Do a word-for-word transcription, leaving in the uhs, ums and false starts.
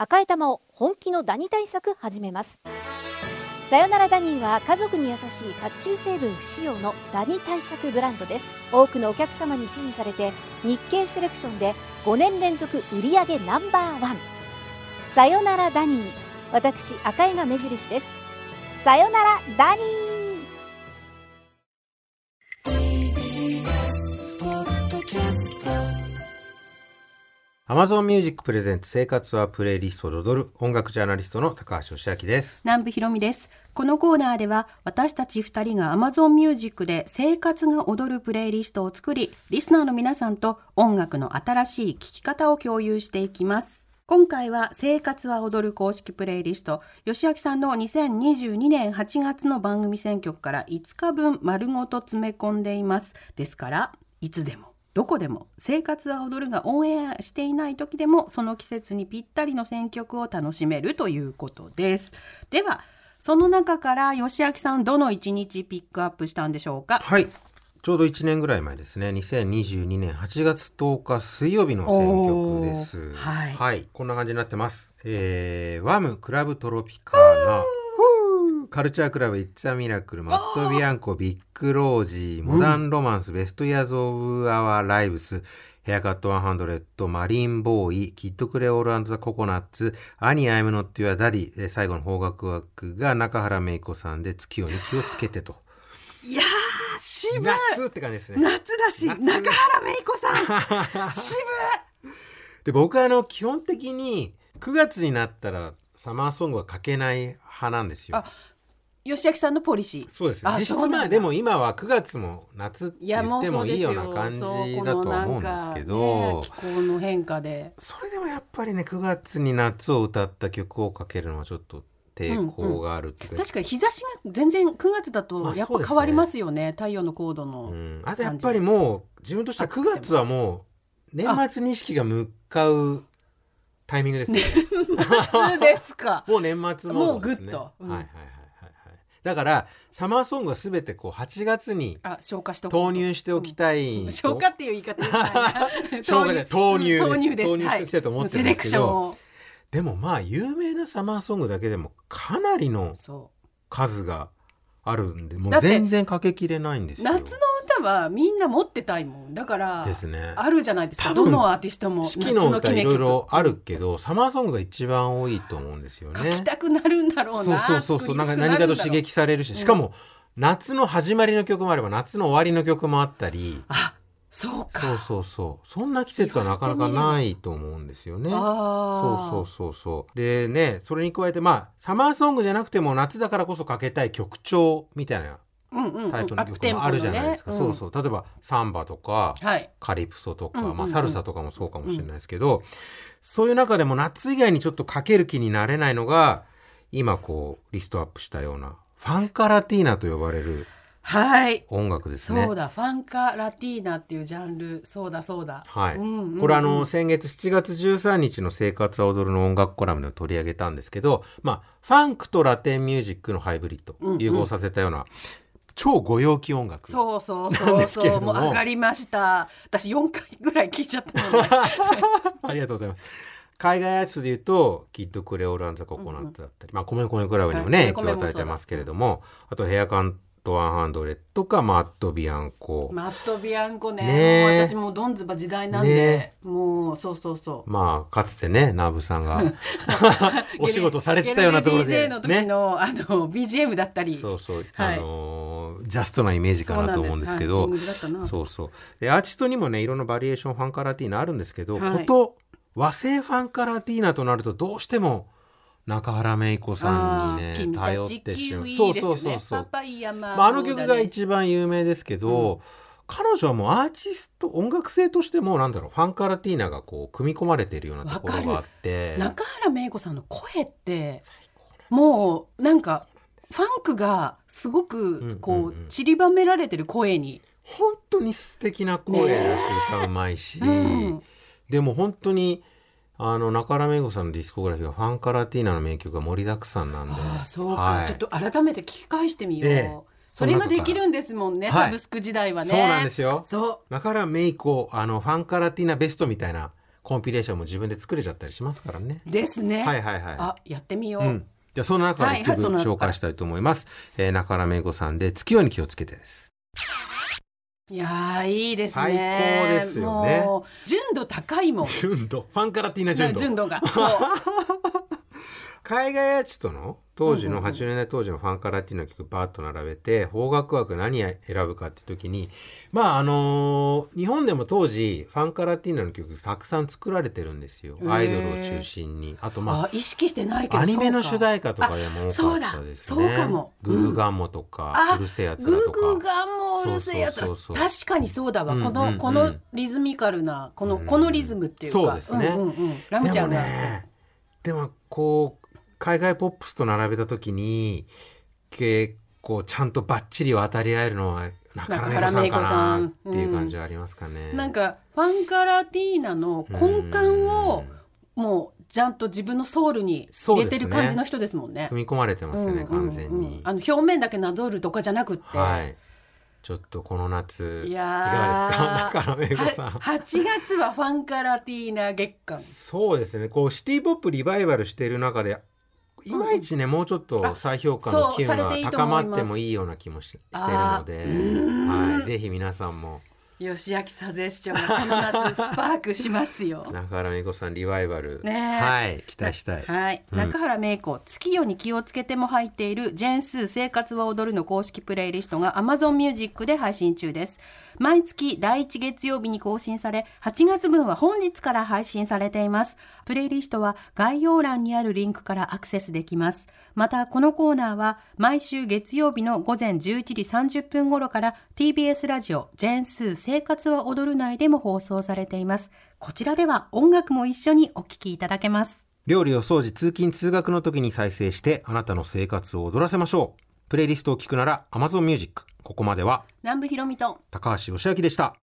赤い玉を本気のダニ対策始めます。さよならダニーは家族に優しい殺虫成分不使用のダニ対策ブランドです。多くのお客様に支持されて日経セレクションでごねん連続売上ナンバーワン。さよならダニー、私赤井が目印です。さよならダニー。 Amazon Music プレゼンツ生活はプレイリストで踊る音楽ジャーナリストの高橋義明です。 南部ひろみです。このコーナーでは私たちふたりが Amazon Music で生活が踊るプレイリストを作り、リスナーの皆さんと音楽の新しい聴き方を共有していきます。今回は生活は踊る公式プレイリスト、義明さんのにせんにじゅうにねんはちがつの番組選曲からいつかぶん丸ごと詰め込んでいます。ですからいつでもどこでも生活は踊るがオンエアしていない時でもその季節にぴったりの選曲を楽しめるということです。ではその中から義明さん、どのいちにちピックアップしたんでしょうか？ はい、ちょうどいちねんぐらい前ですね。にせんにじゅうにねんはちがつとおか水曜日の選曲です。 はい、 はい、こんな感じになってます。えー、ワムクラブトロピカーナ、カルチャークラブ、イッツアミラクル、マットビアンコ、ビッグロージー、モダンロマンス、ベストイヤーズオブアワーライブス、ヘアカットひゃく、マリンボーイ、キッドクレオール&ザ・ココナッツ、アニー・アイム・ノット・ユア・ダディ、最後の邦楽枠が中原芽衣子さんで月夜に気をつけてと。 いやー渋い、 夏って感じですね。 夏だし、中原芽衣子さん渋い。 で、僕はあの基本的にくがつになったらサマーソングは書けない派なんですよ。 あ、義明さんのポリシー。 そうですね。実質まあでも今はくがつも夏って言ってもいいような感じだとは思うんですけど、 ね、気候の変化でそれでもやっぱりねくがつに夏を歌った曲をかけるのはちょっと抵抗があるっていうか、 うんうん、確かに日差しが全然くがつだとやっぱ変わりますよね、まあ、太陽の高度の、うん、 あとやっぱりもう自分としてはくがつはもう年末に意識が向かうタイミングですね。 年末ですか。 もう年末モードですね。 もうグッと、うん、 はいはいはいはい。だからサマーソングはすべてこうはちがつに投入しておきたい、 うん、消化っていう言い方ですね。 消化で投入投入です。 投入しておきたいと思ってるんですけど、はい、でもまあ有名なサマーソングだけでもかなりの数があるんで、もう全然かけきれないんですよ。 夏の歌はみんな持ってたいもんだからですね。 あるじゃないですか。どのアーティストも四季の歌いろいろあるけど、サマーソングが一番多いと思うんですよね。 書きたくなるんだろうな。 そうそうそうそう、なんか何かと刺激されるし、しかも夏の始まりの曲もあれば夏の終わりの曲もあったり、 あ、そうか。 そうそうそう、そんな季節はなかなかないと思うんですよね。そうそうそうそうでね、それに加えてまあサマーソングじゃなくても夏だからこそかけたい曲調みたいなタイプの曲もあるじゃないですか、うんうんうん、そうそう、例えばサンバとか、はい、カリプソとか、うんうんうん、まあ、サルサとかもそうかもしれないですけど、うん、そういう中でも夏以外にちょっとかける気になれないのが今こうリストアップしたようなファンカラティーナと呼ばれる音楽ですね。 はい、そうだ、ファンカラティーナっていうジャンル、そうだそうだ、 はい、うんうんうん、これあの先月しちがつじゅうさんにちの生活は踊るの音楽コラムで取り上げたんですけど、まあ、ファンクとラテンミュージックのハイブリッド、うんうん、融合させたような超ご陽気音楽そうそうそうそう、もう上がりました。私よんかいぐらい聴いちゃったのでありがとうございます。海外アーティストでいうとキッドクレオール&ザ・ココナッツだったり、うんうん、まあ、米米クラブにもね、はい、影響を与えてますけれども、あとヘアカントひゃくとかマットビアンコマットビアンコ ね, ねもう私もうドンズバ時代なんで、ね、もうそうそうそう、 まあかつてねナーブさんがお仕事されてたようなところで、 ゲレディージェー の時の、ね、あの ビージーエム だったり、 そうそう、はい、あのジャストなイメージかなと思うんですけど、そうそうそうでアーティストにもねいろんなバリエーションファンカラティーナあるんですけど、はい、こと和製ファンカラティーナとなるとどうしても中原芽衣子さんにね頼ってしまう。そうそうそうそう。まあ、あの曲が一番有名ですけど、うん、彼女はもうアーティスト音楽性としてもなんだろうファンカラティーナがこう組み込まれているようなところがあって、 中原芽衣子さんの声ってもうなんかファンクがすごくこう、うんうんうん、散りばめられてる声に本当に素敵な声だし、歌うまいし、うん、でも本当にあの中原芽衣子さんのディスコグラフィーはファンカラティーナの名曲が盛りだくさんなんで、 ああそうか、はい、ちょっと改めて聞き返してみよう、ええ、それ今できるんですもんね、はい、サブスク時代はね。 そうなんですよ。そう中原芽衣子あのファンカラティーナベストみたいなコンピレーションも自分で作れちゃったりしますからね。 ですね。 はいはいはい。 あ、やってみよう。うん、 じゃあその中で一曲紹介したいと思います。はいはい、えー、中原芽子さんで月夜に気をつけてです。 いやーいいですね。 最高ですよね。 もう純度高いもん。 純度ファンカラティーナ純度。 純度が。そう海外アーティストの当時のはちじゅうねんだい当時のファンカラティーナの曲バーッと並べて邦楽枠何選ぶかって時に、まああのー、日本でも当時ファンカラティーナの曲たくさん作られてるんですよ。アイドルを中心に。あとまあ、 あ意識してないけどアニメの主題歌とかでも多かったですね。 そうだそうかも。 グーガンモとか、うん、うるせえやつらとか。 グーガンモうるせえやつら。確かにそうだわ。うんうんうん、このこのリズミカルなこの、うん、このリズムっていうか。 そうですね。うんうんうん、 ラムちゃんが。 でもね、でもこう海外ポップスと並べた時に結構ちゃんとバッチリ渡り合えるのは中原芽子さんかなっていう感じはありますかね。 うん、なんかファンカラティーナの根幹をもうちゃんと自分のソウルに入れてる感じの人ですもんね。 組み込まれてますよね、うんうんうん、完全に。 あの表面だけなぞるとかじゃなくって、 はい、ちょっとこの夏いかがですか中原芽子さん。 はちがつはファンカラティーナ月間。 そうですね、こうシティポップリバイバルしている中でいまいちね、うん、もうちょっと再評価の機運が高まってもいいような気も し, してるので、はい、ぜひ皆さんも吉明サゼ市長がこの夏スパークしますよ。 中原芽子さんリバイバル、 ね、 はい期待したい。 はい、うん、中原芽子月夜に気をつけても入っているジェーンスー生活は踊るの公式プレイリストが Amazon Music で配信中です。毎月だいいち月曜日に更新されはちがつぶんは本日から配信されています。プレイリストは概要欄にあるリンクからアクセスできます。またこのコーナーは毎週月曜日の午前じゅういちじさんじゅっぷん頃から ティービーエス ラジオジェーンスー生活は踊る内でも放送されています。こちらでは音楽も一緒にお聴きいただけます。 料理を掃除通勤通学の時に再生してあなたの生活を踊らせましょう。プレイリストを聞くなら Amazon Music。 ここまでは南部ひろみと高橋義明でした。